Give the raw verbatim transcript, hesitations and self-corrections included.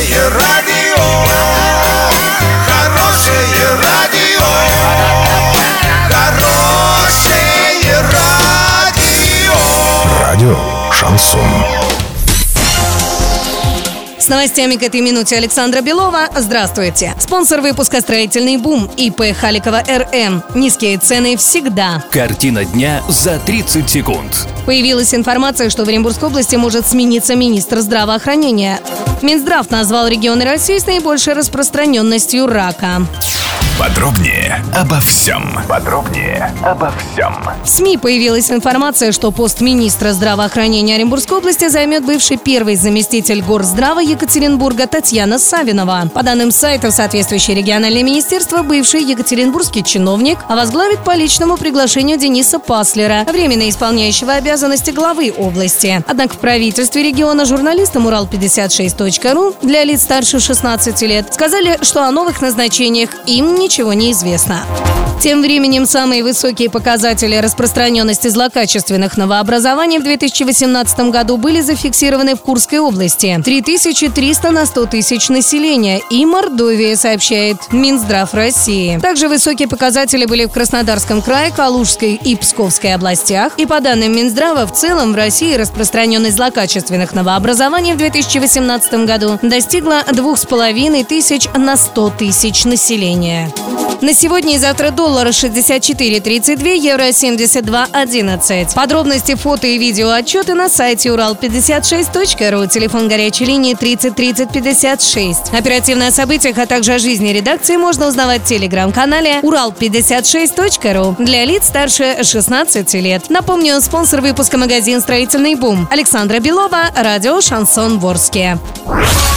Хорошее радио, хорошее радио, хорошее радио. Радио Шансон. С новостями к этой минуте Александра Белова. Здравствуйте. Спонсор выпуска «Строительный бум» ИП Халикова РМ. Низкие цены всегда. Картина дня за тридцать секунд. Появилась информация, что в Оренбургской области может смениться министр здравоохранения. Минздрав назвал регионы России с наибольшей распространенностью рака. Подробнее обо всем. Подробнее обо всем. В СМИ появилась информация, что пост министра здравоохранения Оренбургской области займет бывший первый заместитель Горздрава Екатеринбурга Татьяна Савинова. По данным сайта, соответствующее региональное министерство бывший екатеринбургский чиновник, а возглавит по личному приглашению Дениса Паслера, временно исполняющего обязанности главы области. Однако в правительстве региона журналистам Урал пятьдесят шесть точка ру для лиц старше шестнадцати лет сказали, что о новых назначениях им ничего не известно. Тем временем самые высокие показатели распространенности злокачественных новообразований в две тысячи восемнадцатом году были зафиксированы в Курской области – три тысячи триста на сто тысяч населения, и Мордовия, сообщает Минздрав России. Также высокие показатели были в Краснодарском крае, Калужской и Псковской областях. И по данным Минздрава, в целом в России распространенность злокачественных новообразований в две тысячи восемнадцатом году достигла двух с половиной тысяч на сто тысяч населения. На сегодня и завтра доллар шестьдесят четыре тридцать два, евро семьдесят два одиннадцать. Подробности, фото и видео отчеты на сайте Урал пятьдесят шесть точка ру, телефон горячей линии тридцать тридцать пятьдесят шесть. Оперативно о событиях, а также о жизни редакции можно узнавать в телеграм-канале Урал пятьдесят шесть точка ру для лиц старше шестнадцати лет. Напомню, спонсор выпуска — магазин «Строительный бум». Александра Белова, радио «Шансон Ворске».